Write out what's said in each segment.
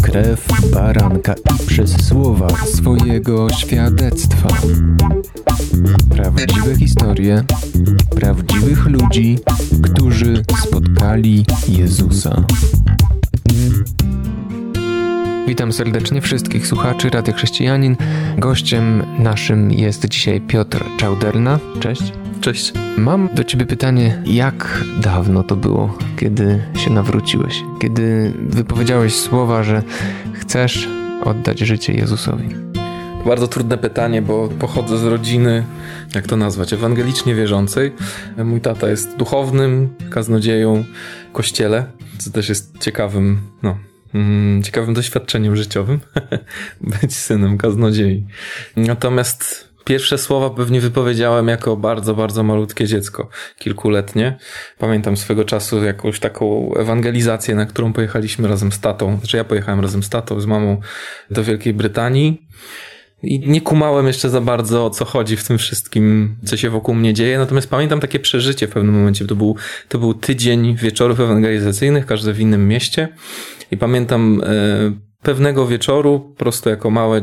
krew baranka i przez słowa swojego świadectwa. Prawdziwe historie prawdziwych ludzi, którzy spotkali Jezusa. Witam serdecznie wszystkich słuchaczy Radia Chrześcijanin. Gościem naszym jest dzisiaj Piotr Czauderna. Cześć. Cześć. Mam do ciebie pytanie, jak dawno to było, kiedy się nawróciłeś? Kiedy wypowiedziałeś słowa, że chcesz oddać życie Jezusowi? Bardzo trudne pytanie, bo pochodzę z rodziny, jak to nazwać, ewangelicznie wierzącej. Mój tata jest duchownym, kaznodzieją w kościele, co też jest ciekawym doświadczeniem życiowym, być synem kaznodziei. Natomiast pierwsze słowa pewnie wypowiedziałem jako bardzo, bardzo malutkie dziecko, kilkuletnie. Pamiętam swego czasu jakąś taką ewangelizację, na którą pojechaliśmy razem z tatą. Znaczy ja pojechałem razem z tatą, z mamą do Wielkiej Brytanii. I nie kumałem jeszcze za bardzo, o co chodzi w tym wszystkim, co się wokół mnie dzieje. Natomiast pamiętam takie przeżycie w pewnym momencie. To był tydzień wieczorów ewangelizacyjnych, każdy w innym mieście. I pamiętam pewnego wieczoru, po prostu jako małe,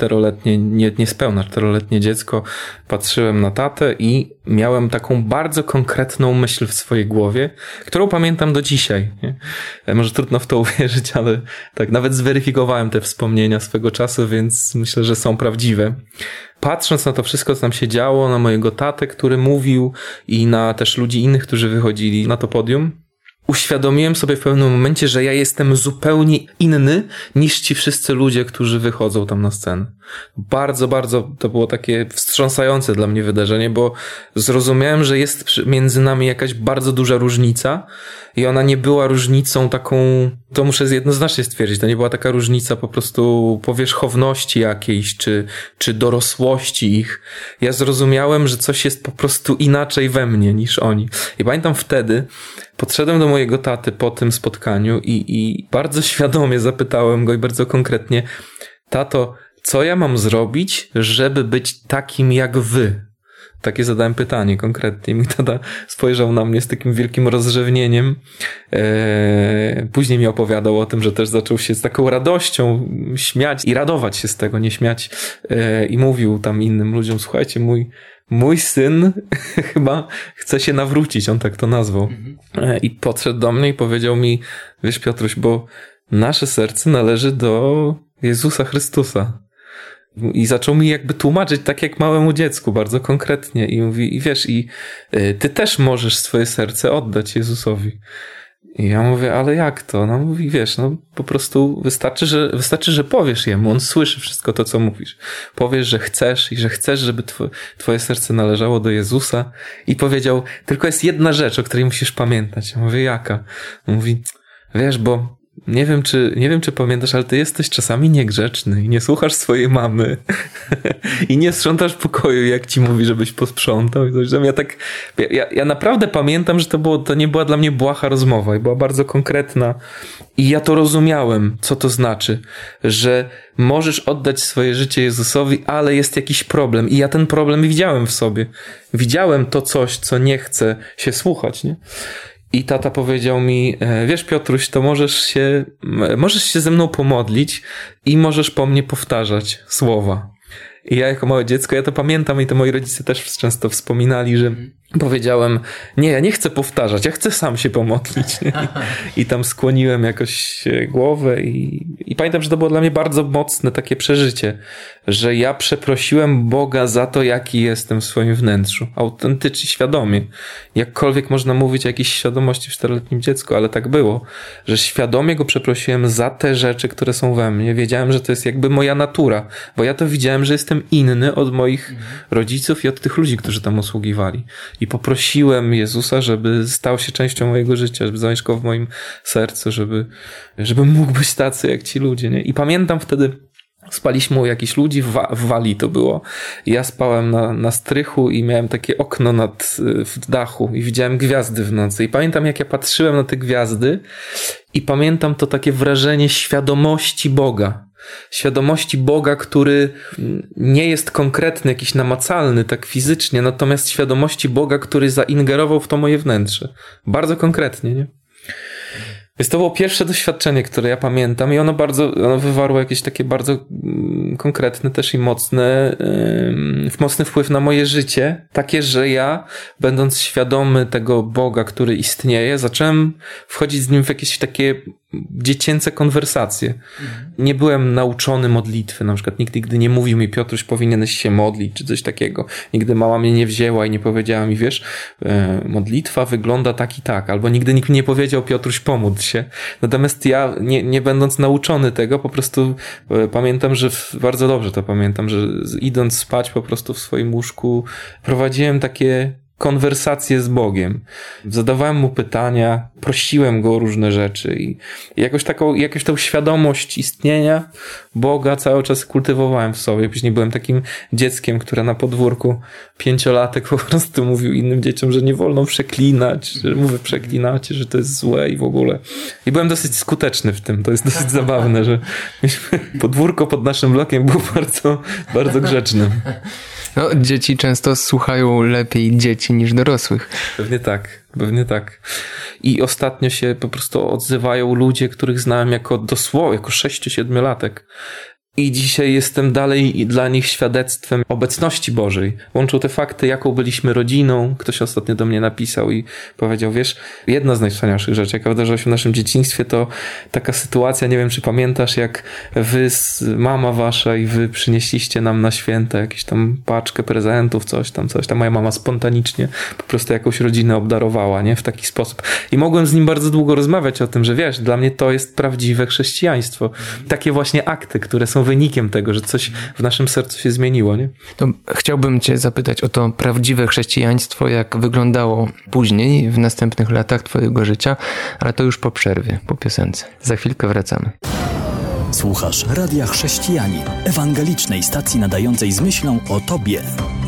niespełna 4-letnie dziecko, patrzyłem na tatę i miałem taką bardzo konkretną myśl w swojej głowie, którą pamiętam do dzisiaj. Nie? Może trudno w to uwierzyć, ale tak nawet zweryfikowałem te wspomnienia swego czasu, więc myślę, że są prawdziwe. Patrząc na to wszystko, co tam się działo, na mojego tatę, który mówił i na też ludzi innych, którzy wychodzili na to podium, uświadomiłem sobie w pewnym momencie, że ja jestem zupełnie inny niż ci wszyscy ludzie, którzy wychodzą tam na scenę. Bardzo, bardzo to było takie wstrząsające dla mnie wydarzenie, bo zrozumiałem, że jest między nami jakaś bardzo duża różnica i ona nie była różnicą taką, to muszę jednoznacznie stwierdzić, to nie była taka różnica po prostu powierzchowności jakiejś, czy dorosłości ich. Ja zrozumiałem, że coś jest po prostu inaczej we mnie niż oni. I pamiętam wtedy, podszedłem do mojego taty po tym spotkaniu i bardzo świadomie zapytałem go i bardzo konkretnie: tato, co ja mam zrobić, żeby być takim jak wy? Takie zadałem pytanie konkretnie. Mój tata spojrzał na mnie z takim wielkim rozrzewnieniem. Później mi opowiadał o tym, że też zaczął się z taką radością śmiać i radować się z tego, nie śmiać. I mówił tam innym ludziom: słuchajcie, mój syn chyba chce się nawrócić, on tak to nazwał. I podszedł do mnie i powiedział mi: wiesz, Piotruś, bo nasze serce należy do Jezusa Chrystusa. I zaczął mi jakby tłumaczyć tak jak małemu dziecku, bardzo konkretnie. I mówi: i wiesz, ty też możesz swoje serce oddać Jezusowi. I ja mówię: ale jak to? No mówi: wiesz, po prostu wystarczy, że powiesz jemu, on słyszy wszystko to, co mówisz. Powiesz, że chcesz i że chcesz, żeby twoje serce należało do Jezusa. I powiedział: tylko jest jedna rzecz, o której musisz pamiętać. Ja mówię: jaka? Mówi: wiesz, bo nie wiem, czy pamiętasz, ale ty jesteś czasami niegrzeczny i nie słuchasz swojej mamy i nie sprzątasz pokoju, jak ci mówi, żebyś posprzątał. Ja naprawdę pamiętam, że to nie była dla mnie błaha rozmowa i była bardzo konkretna i ja to rozumiałem, co to znaczy, że możesz oddać swoje życie Jezusowi, ale jest jakiś problem i ja ten problem widziałem w sobie. Widziałem to coś, co nie chce się słuchać, nie? I tata powiedział mi: wiesz, Piotruś, to możesz się ze mną pomodlić i możesz po mnie powtarzać słowa. I ja jako małe dziecko, ja to pamiętam i to moi rodzice też często wspominali, że powiedziałem: nie, ja nie chcę powtarzać, ja chcę sam się pomodlić. I tam skłoniłem jakoś głowę i pamiętam, że to było dla mnie bardzo mocne takie przeżycie, że ja przeprosiłem Boga za to, jaki jestem w swoim wnętrzu. Autentycznie, świadomie. Jakkolwiek można mówić o jakiejś świadomości w 4-letnim dziecku, ale tak było, że świadomie go przeprosiłem za te rzeczy, które są we mnie. Wiedziałem, że to jest jakby moja natura, bo ja to widziałem, że jestem inny od moich rodziców i od tych ludzi, którzy tam usługiwali. I poprosiłem Jezusa, żeby stał się częścią mojego życia, żeby zamieszkał w moim sercu, żeby mógł być tacy jak ci ludzie, nie? I pamiętam wtedy, spaliśmy u jakichś ludzi, w Walii to było. Ja spałem na strychu i miałem takie okno w dachu i widziałem gwiazdy w nocy. I pamiętam, jak ja patrzyłem na te gwiazdy i pamiętam to takie wrażenie świadomości Boga. Świadomości Boga, który nie jest konkretny, jakiś namacalny tak fizycznie, natomiast świadomości Boga, który zaingerował w to moje wnętrze. Bardzo konkretnie, nie? Więc to było pierwsze doświadczenie, które ja pamiętam i ono wywarło jakieś takie bardzo konkretne też i mocny wpływ na moje życie. Takie, że ja, będąc świadomy tego Boga, który istnieje, zacząłem wchodzić z nim w jakieś takie dziecięce konwersacje. Nie byłem nauczony modlitwy, na przykład nigdy nie mówił mi: Piotruś, powinieneś się modlić, czy coś takiego. Nigdy mama mnie nie wzięła i nie powiedziała mi: wiesz, modlitwa wygląda tak i tak, albo nigdy nikt mi nie powiedział: Piotruś, pomódl się. Natomiast ja, nie będąc nauczony tego, po prostu pamiętam, że bardzo dobrze to pamiętam, że idąc spać po prostu w swoim łóżku prowadziłem takie konwersacje z Bogiem. Zadawałem mu pytania, prosiłem go o różne rzeczy i jakąś tą świadomość istnienia Boga cały czas kultywowałem w sobie. Później byłem takim dzieckiem, które na podwórku 5-latek po prostu mówił innym dzieciom, że nie wolno przeklinać, że przeklinacie, że to jest złe i w ogóle. I byłem dosyć skuteczny w tym. To jest dosyć zabawne, że podwórko pod naszym blokiem było bardzo, bardzo grzecznym. No, dzieci często słuchają lepiej dzieci niż dorosłych. Pewnie tak. I ostatnio się po prostu odzywają ludzie, których znałem jako 6-7-latek. I dzisiaj jestem dalej dla nich świadectwem obecności Bożej. Łączą te fakty, jaką byliśmy rodziną. Ktoś ostatnio do mnie napisał i powiedział: wiesz, jedna z najwspanialszych rzeczy, jaka wydarzyła się w naszym dzieciństwie, to taka sytuacja, nie wiem czy pamiętasz, jak mama wasza i wy przynieśliście nam na święta jakieś tam paczkę prezentów, coś tam. Moja mama spontanicznie po prostu jakąś rodzinę obdarowała, nie? W taki sposób. I mogłem z nim bardzo długo rozmawiać o tym, że wiesz, dla mnie to jest prawdziwe chrześcijaństwo. Takie właśnie akty, które są wynikiem tego, że coś w naszym sercu się zmieniło, nie? To chciałbym cię zapytać o to prawdziwe chrześcijaństwo, jak wyglądało później, w następnych latach twojego życia, ale to już po przerwie, po piosence. Za chwilkę wracamy. Słuchasz Radia Chrześcijanin, ewangelicznej stacji nadającej z myślą o Tobie.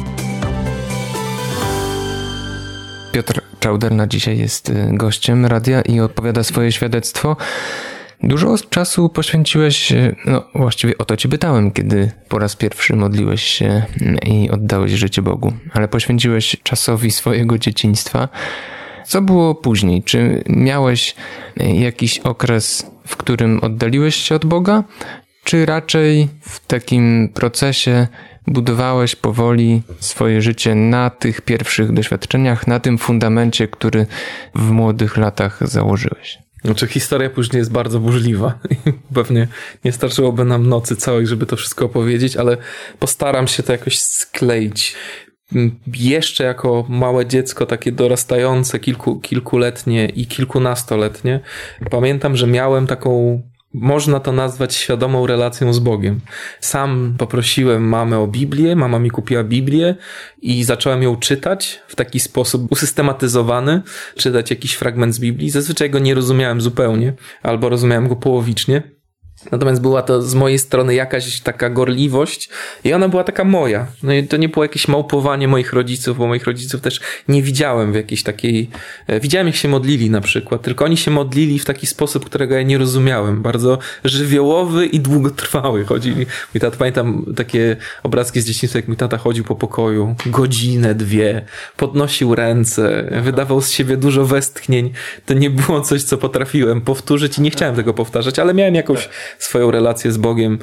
Piotr Czauderna dzisiaj jest gościem radia i odpowiada swoje świadectwo. Dużo czasu poświęciłeś, właściwie o to cię pytałem, kiedy po raz pierwszy modliłeś się i oddałeś życie Bogu, ale poświęciłeś czasowi swojego dzieciństwa. Co było później? Czy miałeś jakiś okres, w którym oddaliłeś się od Boga, czy raczej w takim procesie budowałeś powoli swoje życie na tych pierwszych doświadczeniach, na tym fundamencie, który w młodych latach założyłeś? Znaczy, historia później jest bardzo burzliwa i pewnie nie starczyłoby nam nocy całej, żeby to wszystko opowiedzieć, ale postaram się to jakoś skleić. Jeszcze jako małe dziecko, takie dorastające, kilkuletnie i kilkunastoletnie, pamiętam, że miałem taką, można to nazwać, świadomą relacją z Bogiem. Sam poprosiłem mamę o Biblię, mama mi kupiła Biblię i zacząłem ją czytać w taki sposób usystematyzowany, czytać jakiś fragment z Biblii. Zazwyczaj go nie rozumiałem zupełnie, albo rozumiałem go połowicznie. Natomiast była to z mojej strony jakaś taka gorliwość i ona była taka moja. No i to nie było jakieś małpowanie moich rodziców, bo moich rodziców też nie widziałem w jakiejś takiej... Widziałem, jak się modlili na przykład, tylko oni się modlili w taki sposób, którego ja nie rozumiałem. Bardzo żywiołowy i długotrwały chodzili. Mój tata, pamiętam takie obrazki z dzieciństwa, jak mój tata chodził po pokoju, godzinę, 2, podnosił ręce, wydawał z siebie dużo westchnień. To nie było coś, co potrafiłem powtórzyć i nie chciałem tego powtarzać, ale miałem jakąś swoją relację z Bogiem,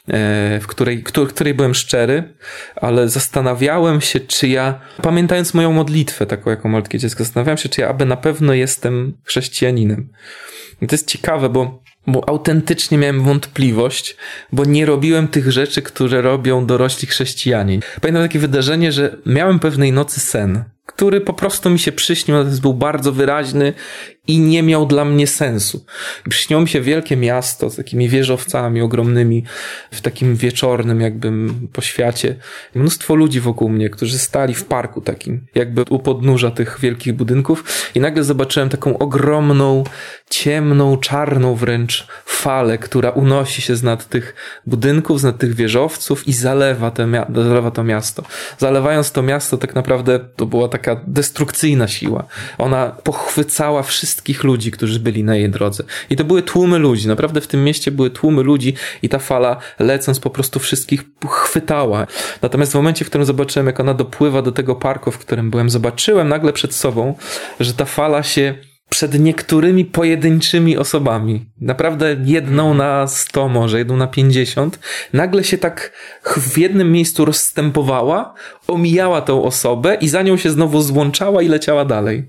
w której byłem szczery, ale zastanawiałem się, czy ja, pamiętając moją modlitwę, taką jako malutkie dziecko, zastanawiałem się, czy ja aby na pewno jestem chrześcijaninem. I to jest ciekawe, bo autentycznie miałem wątpliwość, bo nie robiłem tych rzeczy, które robią dorośli chrześcijanie. Pamiętam takie wydarzenie, że miałem pewnej nocy sen, który po prostu mi się przyśnił, natomiast był bardzo wyraźny i nie miał dla mnie sensu. I przyśniło mi się wielkie miasto z takimi wieżowcami ogromnymi w takim wieczornym jakby poświacie. Mnóstwo ludzi wokół mnie, którzy stali w parku takim, jakby u podnóża tych wielkich budynków i nagle zobaczyłem taką ogromną, ciemną, czarną wręcz falę, która unosi się z nad tych budynków, z nad tych wieżowców i zalewa to miasto. Zalewając to miasto, tak naprawdę to była taka destrukcyjna siła. Ona pochwycała wszystkich ludzi, którzy byli na jej drodze. I to były tłumy ludzi. Naprawdę w tym mieście były tłumy ludzi i ta fala, lecąc, po prostu wszystkich chwytała. Natomiast w momencie, w którym zobaczyłem, jak ona dopływa do tego parku, w którym byłem, zobaczyłem nagle przed sobą, że ta fala się przed niektórymi pojedynczymi osobami, naprawdę jedną na 100 może, jedną na 50, nagle się tak w jednym miejscu rozstępowała, omijała tą osobę i za nią się znowu złączała i leciała dalej.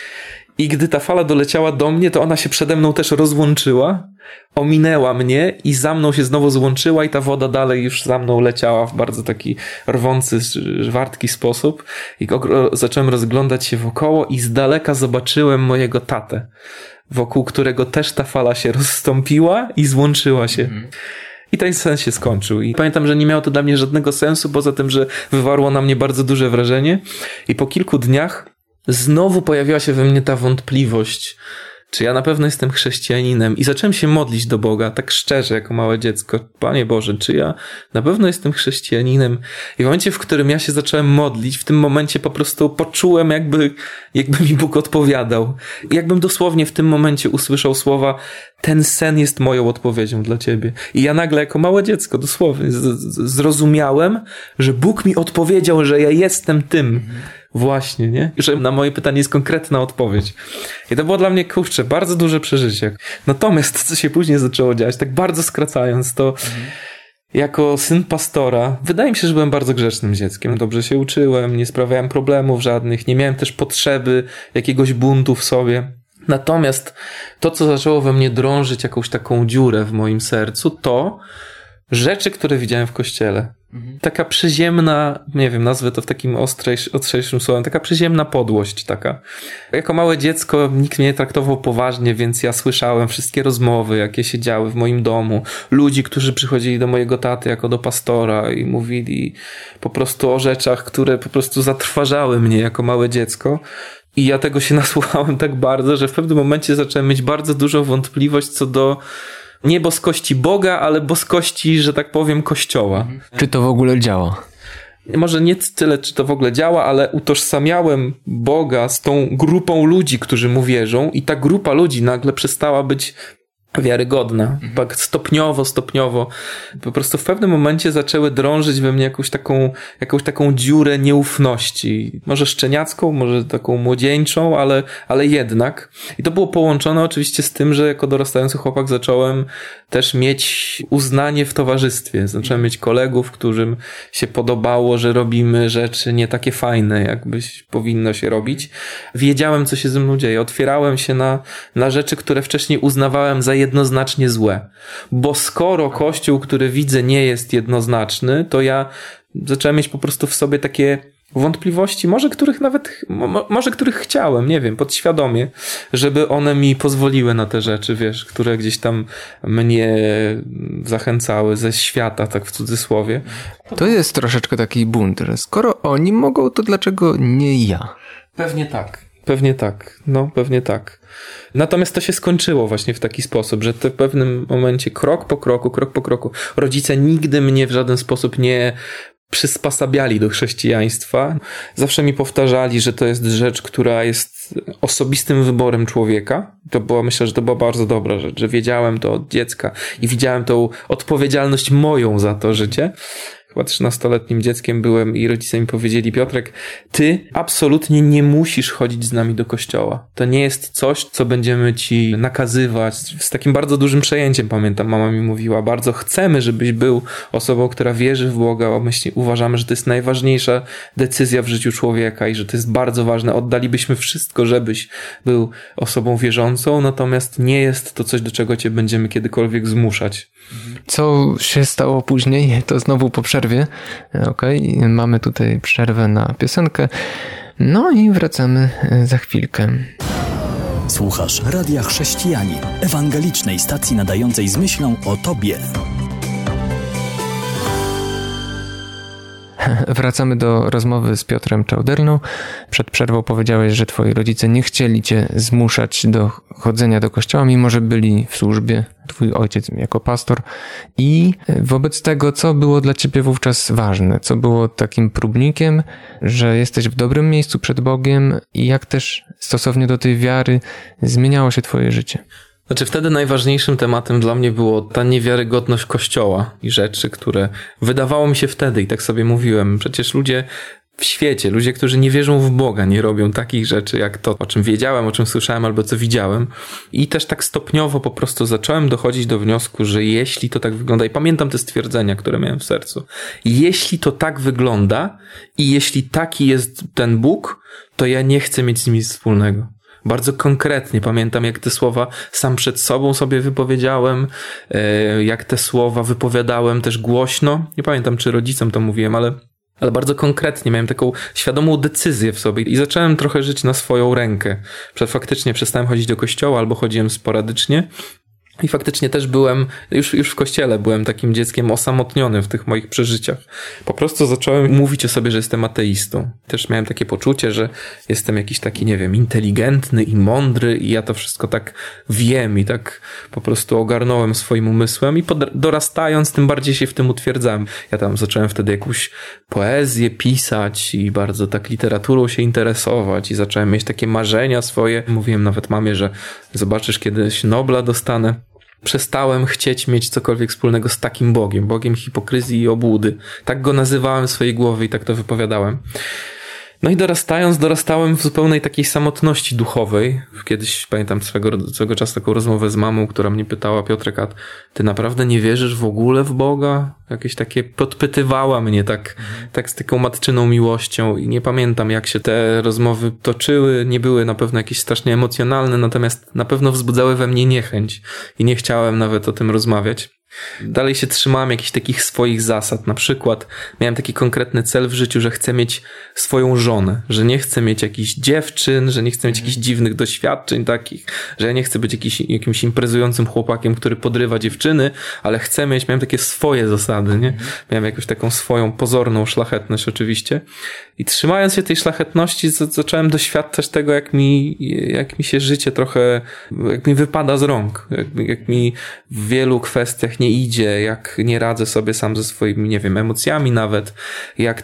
I gdy ta fala doleciała do mnie, to ona się przede mną też rozłączyła, ominęła mnie i za mną się znowu złączyła i ta woda dalej już za mną leciała w bardzo taki rwący, wartki sposób. I zacząłem rozglądać się wokoło i z daleka zobaczyłem mojego tatę, wokół którego też ta fala się rozstąpiła i złączyła się. I ten sen się skończył. I pamiętam, że nie miało to dla mnie żadnego sensu, poza tym, że wywarło na mnie bardzo duże wrażenie. I po kilku dniach znowu pojawiła się we mnie ta wątpliwość, czy ja na pewno jestem chrześcijaninem, i zacząłem się modlić do Boga, tak szczerze, jako małe dziecko. Panie Boże, czy ja na pewno jestem chrześcijaninem? I w momencie, w którym ja się zacząłem modlić, w tym momencie po prostu poczułem, jakby mi Bóg odpowiadał. Jakbym dosłownie w tym momencie usłyszał słowa: ten sen jest moją odpowiedzią dla ciebie. I ja nagle, jako małe dziecko, dosłownie zrozumiałem, że Bóg mi odpowiedział, że ja jestem tym. Właśnie, nie? Że na moje pytanie jest konkretna odpowiedź. I to było dla mnie, kurczę, bardzo duże przeżycie. Natomiast co się później zaczęło dziać, tak bardzo skracając, to jako syn pastora, wydaje mi się, że byłem bardzo grzecznym dzieckiem. Dobrze się uczyłem, nie sprawiałem problemów żadnych, nie miałem też potrzeby jakiegoś buntu w sobie. Natomiast to, co zaczęło we mnie drążyć jakąś taką dziurę w moim sercu, to rzeczy, które widziałem w kościele. Taka przyziemna, nie wiem, nazwę to w takim ostrzejszym słowem, taka przyziemna podłość taka. Jako małe dziecko nikt mnie nie traktował poważnie, więc ja słyszałem wszystkie rozmowy, jakie się działy w moim domu. Ludzi, którzy przychodzili do mojego taty jako do pastora i mówili po prostu o rzeczach, które po prostu zatrważały mnie jako małe dziecko. I ja tego się nasłuchałem tak bardzo, że w pewnym momencie zacząłem mieć bardzo dużą wątpliwość co do nie boskości Boga, ale boskości, że tak powiem, Kościoła. Czy to w ogóle działa? Może nie tyle, czy to w ogóle działa, ale utożsamiałem Boga z tą grupą ludzi, którzy mu wierzą, i ta grupa ludzi nagle przestała być wiarygodna. Tak stopniowo. Po prostu w pewnym momencie zaczęły drążyć we mnie jakąś taką dziurę nieufności. Może szczeniacką, może taką młodzieńczą, ale jednak. I to było połączone oczywiście z tym, że jako dorastający chłopak zacząłem też mieć uznanie w towarzystwie. Zacząłem mieć kolegów, którym się podobało, że robimy rzeczy nie takie fajne, jakbyś powinno się robić. Wiedziałem, co się ze mną dzieje. Otwierałem się na rzeczy, które wcześniej uznawałem za jednoznacznie złe. Bo skoro Kościół, który widzę, nie jest jednoznaczny, to ja zacząłem mieć po prostu w sobie takie wątpliwości, może których chciałem, nie wiem, podświadomie, żeby one mi pozwoliły na te rzeczy, wiesz, które gdzieś tam mnie zachęcały ze świata, tak w cudzysłowie. To jest troszeczkę taki bunt, że skoro oni mogą, to dlaczego nie ja? Pewnie tak. Pewnie tak. Natomiast to się skończyło właśnie w taki sposób, że w pewnym momencie krok po kroku, rodzice nigdy mnie w żaden sposób nie przysposabiali do chrześcijaństwa. Zawsze mi powtarzali, że to jest rzecz, która jest osobistym wyborem człowieka. Myślę, że to była bardzo dobra rzecz, że wiedziałem to od dziecka i widziałem tą odpowiedzialność moją za to życie. Chyba 13-letnim dzieckiem byłem i rodzice mi powiedzieli: Piotrek, ty absolutnie nie musisz chodzić z nami do kościoła. To nie jest coś, co będziemy ci nakazywać. Z takim bardzo dużym przejęciem, pamiętam, mama mi mówiła: bardzo chcemy, żebyś był osobą, która wierzy w Boga. Uważamy, że to jest najważniejsza decyzja w życiu człowieka i że to jest bardzo ważne. Oddalibyśmy wszystko, żebyś był osobą wierzącą, natomiast nie jest to coś, do czego cię będziemy kiedykolwiek zmuszać. Co się stało później, to znowu po przerwie. Okej, mamy tutaj przerwę na piosenkę. No i wracamy za chwilkę. Słuchasz Radia Chrześcijanin, ewangelicznej stacji nadającej z myślą o Tobie. Wracamy do rozmowy z Piotrem Czauderną. Przed przerwą powiedziałeś, że twoi rodzice nie chcieli cię zmuszać do chodzenia do kościoła, mimo że byli w służbie, twój ojciec jako pastor. I wobec tego, co było dla ciebie wówczas ważne? Co było takim próbnikiem, że jesteś w dobrym miejscu przed Bogiem i jak też stosownie do tej wiary zmieniało się twoje życie? Znaczy wtedy najważniejszym tematem dla mnie było ta niewiarygodność Kościoła i rzeczy, które wydawało mi się wtedy, i tak sobie mówiłem, przecież ludzie w świecie, ludzie, którzy nie wierzą w Boga, nie robią takich rzeczy jak to, o czym wiedziałem, o czym słyszałem albo co widziałem. I też tak stopniowo po prostu zacząłem dochodzić do wniosku, że jeśli to tak wygląda, i pamiętam te stwierdzenia, które miałem w sercu, jeśli to tak wygląda i jeśli taki jest ten Bóg, to ja nie chcę mieć z nim nic wspólnego. Bardzo konkretnie pamiętam, jak te słowa sam przed sobą sobie wypowiedziałem, jak te słowa wypowiadałem też głośno. Nie pamiętam, czy rodzicom to mówiłem, ale bardzo konkretnie miałem taką świadomą decyzję w sobie i zacząłem trochę żyć na swoją rękę. Faktycznie przestałem chodzić do kościoła albo chodziłem sporadycznie. I faktycznie też byłem, już w kościele byłem takim dzieckiem osamotnionym w tych moich przeżyciach. Po prostu zacząłem mówić o sobie, że jestem ateistą. Też miałem takie poczucie, że jestem jakiś taki, nie wiem, inteligentny i mądry i ja to wszystko tak wiem i tak po prostu ogarnąłem swoim umysłem i dorastając, tym bardziej się w tym utwierdzałem. Ja tam zacząłem wtedy jakąś poezję pisać i bardzo tak literaturą się interesować i zacząłem mieć takie marzenia swoje. Mówiłem nawet mamie, że zobaczysz, kiedyś Nobla dostanę. Przestałem chcieć mieć cokolwiek wspólnego z takim Bogiem hipokryzji i obłudy. Tak go nazywałem w swojej głowie i tak to wypowiadałem. No i dorastałem w zupełnej takiej samotności duchowej. Kiedyś pamiętam swego czasu taką rozmowę z mamą, która mnie pytała: Piotrek, a ty naprawdę nie wierzysz w ogóle w Boga? Jakieś takie podpytywała mnie tak z taką matczyną miłością i nie pamiętam, jak się te rozmowy toczyły. Nie były na pewno jakieś strasznie emocjonalne, natomiast na pewno wzbudzały we mnie niechęć i nie chciałem nawet o tym rozmawiać. Dalej się trzymałem jakichś takich swoich zasad. Na przykład miałem taki konkretny cel w życiu, że chcę mieć swoją żonę, że nie chcę mieć jakichś dziewczyn, że nie chcę mieć jakichś dziwnych doświadczeń takich, że ja nie chcę być jakimś imprezującym chłopakiem, który podrywa dziewczyny, ale miałem takie swoje zasady, nie? Miałem jakąś taką swoją pozorną szlachetność oczywiście i trzymając się tej szlachetności zacząłem doświadczać tego, jak mi się życie trochę, jak mi wypada z rąk, jak mi w wielu kwestiach nie idzie, jak nie radzę sobie sam ze swoimi, nie wiem, emocjami nawet, jak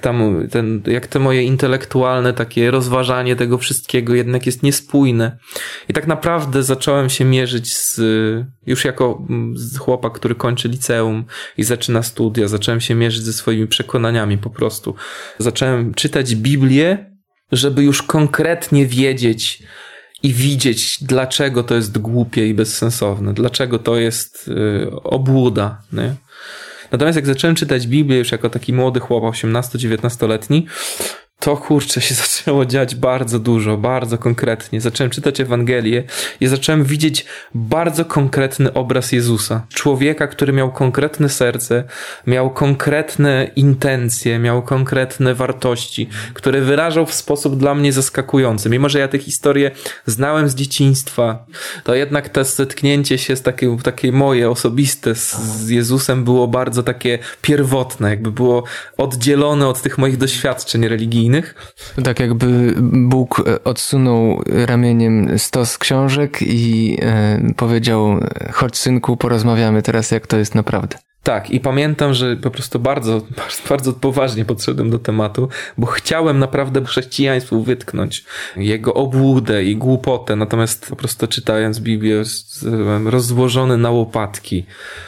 te moje intelektualne takie rozważanie tego wszystkiego jednak jest niespójne. I tak naprawdę zacząłem się mierzyć już jako chłopak, który kończy liceum i zaczyna studia, zacząłem się mierzyć ze swoimi przekonaniami po prostu. Zacząłem czytać Biblię, żeby już konkretnie wiedzieć i widzieć, dlaczego to jest głupie i bezsensowne, dlaczego to jest obłuda, nie? Natomiast jak zacząłem czytać Biblię już jako taki młody chłopak, 18-19-letni, to kurczę się zaczęło dziać bardzo dużo, bardzo konkretnie. Zacząłem czytać Ewangelię i zacząłem widzieć bardzo konkretny obraz Jezusa. Człowieka, który miał konkretne serce, miał konkretne intencje, miał konkretne wartości, które wyrażał w sposób dla mnie zaskakujący. Mimo że ja tę historię znałem z dzieciństwa, to jednak to zetknięcie się z takie moje osobiste z Jezusem było bardzo takie pierwotne, jakby było oddzielone od tych moich doświadczeń religijnych. Tak jakby Bóg odsunął ramieniem stos książek i powiedział: chodź synku, porozmawiamy teraz, jak to jest naprawdę. Tak, i pamiętam, że po prostu bardzo, bardzo poważnie podszedłem do tematu, bo chciałem naprawdę chrześcijaństwu wytknąć jego obłudę i głupotę, natomiast po prostu czytając Biblię byłem rozłożony na łopatki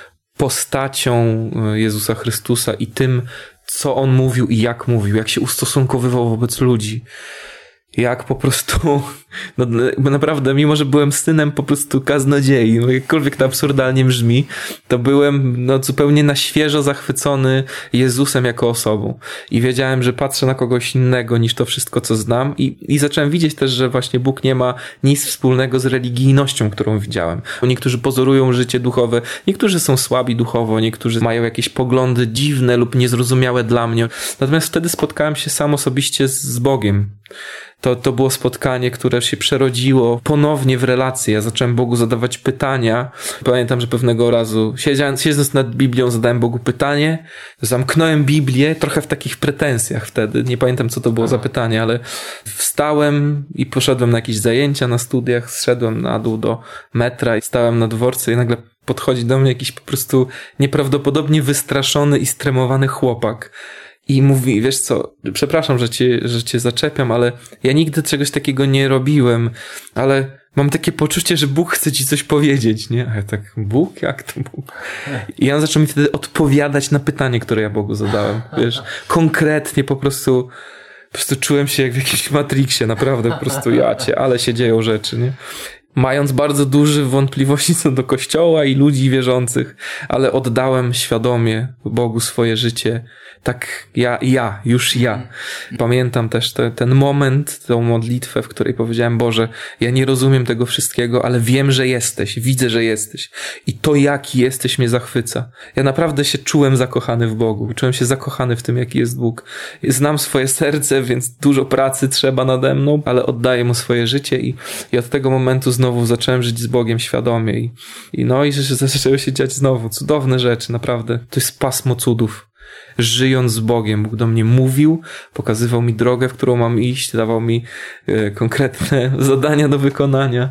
postacią Jezusa Chrystusa i tym, co On mówił i jak mówił, jak się ustosunkowywał wobec ludzi. Jak po prostu, bo naprawdę, mimo że byłem synem po prostu kaznodziei, jakkolwiek to absurdalnie brzmi, to byłem zupełnie na świeżo zachwycony Jezusem jako osobą. I wiedziałem, że patrzę na kogoś innego niż to wszystko, co znam i zacząłem widzieć też, że właśnie Bóg nie ma nic wspólnego z religijnością, którą widziałem. Niektórzy pozorują życie duchowe, niektórzy są słabi duchowo, niektórzy mają jakieś poglądy dziwne lub niezrozumiałe dla mnie. Natomiast wtedy spotkałem się sam osobiście z Bogiem. To było spotkanie, które się przerodziło ponownie w relację. Ja zacząłem Bogu zadawać pytania. Pamiętam, że pewnego razu siedząc nad Biblią zadałem Bogu pytanie, zamknąłem Biblię trochę w takich pretensjach wtedy. Nie pamiętam, co to było za pytanie, ale wstałem i poszedłem na jakieś zajęcia na studiach, zszedłem na dół do metra i stałem na dworcu i nagle podchodzi do mnie jakiś po prostu nieprawdopodobnie wystraszony i stremowany chłopak. I mówi: wiesz co, przepraszam, że cię zaczepiam, ale ja nigdy czegoś takiego nie robiłem, ale mam takie poczucie, że Bóg chce ci coś powiedzieć, nie? A ja tak: Bóg? Jak to Bóg? I on zaczął mi wtedy odpowiadać na pytanie, które ja Bogu zadałem, wiesz, konkretnie po prostu Po prostu czułem się jak w jakimś Matrixie, naprawdę po prostu ale się dzieją rzeczy, nie? Mając bardzo duże wątpliwości co do Kościoła i ludzi wierzących, ale oddałem świadomie Bogu swoje życie. Tak już ja. Pamiętam też ten moment, tą modlitwę, w której powiedziałem: Boże, ja nie rozumiem tego wszystkiego, ale wiem, że jesteś, widzę, że jesteś. I to, jaki jesteś, mnie zachwyca. Ja naprawdę się czułem zakochany w Bogu. Czułem się zakochany w tym, jaki jest Bóg. Znam swoje serce, więc dużo pracy trzeba nade mną, ale oddaję Mu swoje życie i od tego momentu znowu zacząłem żyć z Bogiem świadomie i zaczęły się dziać znowu cudowne rzeczy, naprawdę. To jest pasmo cudów. Żyjąc z Bogiem, Bóg do mnie mówił, pokazywał mi drogę, w którą mam iść, dawał mi konkretne zadania do wykonania.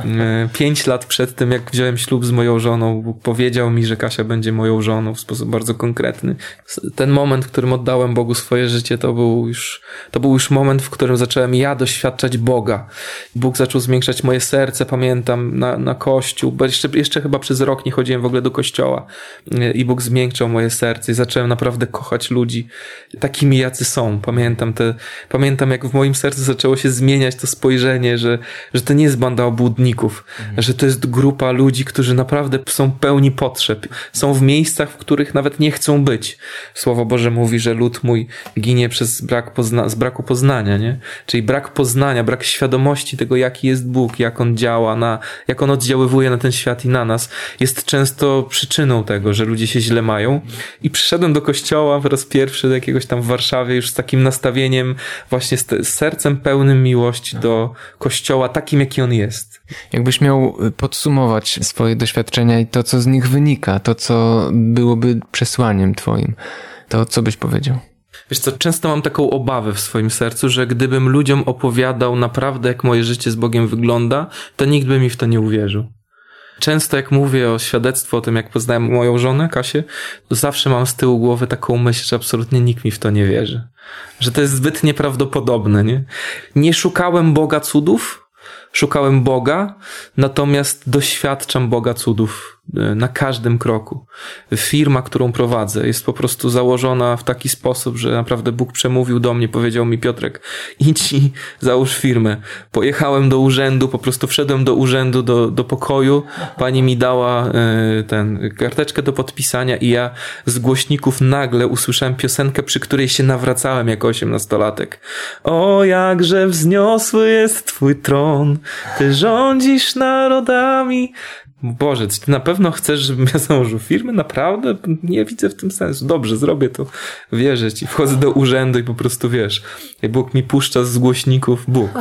5 lat przed tym, jak wziąłem ślub z moją żoną, Bóg powiedział mi, że Kasia będzie moją żoną w sposób bardzo konkretny. Ten moment, w którym oddałem Bogu swoje życie, to był już moment, w którym zacząłem ja doświadczać Boga. Bóg zaczął zwiększać moje serce, pamiętam, na kościół, bo jeszcze chyba przez rok nie chodziłem w ogóle do kościoła i Bóg zmiękczał moje serce i zacząłem naprawdę kochać ludzi takimi, jacy są. Pamiętam, jak w moim sercu zaczęło się zmieniać to spojrzenie, że to nie jest banda obłudników, że to jest grupa ludzi, którzy naprawdę są pełni potrzeb. Są w miejscach, w których nawet nie chcą być. Słowo Boże mówi, że lud mój ginie z braku poznania, nie? Czyli brak poznania, brak świadomości tego, jaki jest Bóg, jak On działa, jak On oddziaływuje na ten świat i na nas, jest często przyczyną tego, że ludzie się źle mają. I przyszedłem do kościoła po raz pierwszy do jakiegoś tam w Warszawie już z takim nastawieniem, właśnie z sercem pełnym miłości do kościoła, takim jaki on jest. Jakbyś miał podsumować swoje doświadczenia i to, co z nich wynika, to, co byłoby przesłaniem twoim, to co byś powiedział? Wiesz co, często mam taką obawę w swoim sercu, że gdybym ludziom opowiadał naprawdę, jak moje życie z Bogiem wygląda, to nikt by mi w to nie uwierzył. Często jak mówię o świadectwie, o tym, jak poznałem moją żonę, Kasię, to zawsze mam z tyłu głowy taką myśl, że absolutnie nikt mi w to nie wierzy. Że to jest zbyt nieprawdopodobne, nie? Nie szukałem Boga cudów, szukałem Boga, natomiast doświadczam Boga cudów na każdym kroku. Firma, którą prowadzę, jest po prostu założona w taki sposób, że naprawdę Bóg przemówił do mnie, powiedział mi: Piotrek, idź i załóż firmę. Pojechałem do urzędu, po prostu wszedłem do urzędu, do pokoju, pani mi dała karteczkę do podpisania i ja z głośników nagle usłyszałem piosenkę, przy której się nawracałem jako 18-latek. O, jakże wzniosły jest Twój tron, Ty rządzisz narodami. Boże, czy Ty na pewno chcesz, żebym ja założył firmę? Naprawdę? Nie widzę w tym sensu. Dobrze, zrobię to. Wierzę Ci. Wchodzę do urzędu i po prostu wiesz, Bóg mi puszcza z głośników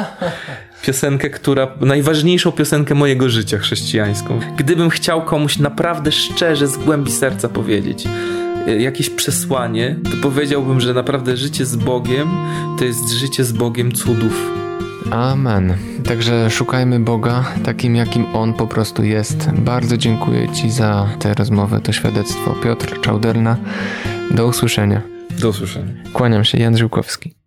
piosenkę, najważniejszą piosenkę mojego życia chrześcijańską. Gdybym chciał komuś naprawdę szczerze z głębi serca powiedzieć jakieś przesłanie, to powiedziałbym, że naprawdę życie z Bogiem to jest życie z Bogiem cudów. Amen. Także szukajmy Boga takim, jakim On po prostu jest. Bardzo dziękuję Ci za tę rozmowę, to świadectwo. Piotr Czauderna. Do usłyszenia. Do usłyszenia. Kłaniam się, Jan Żyłkowski.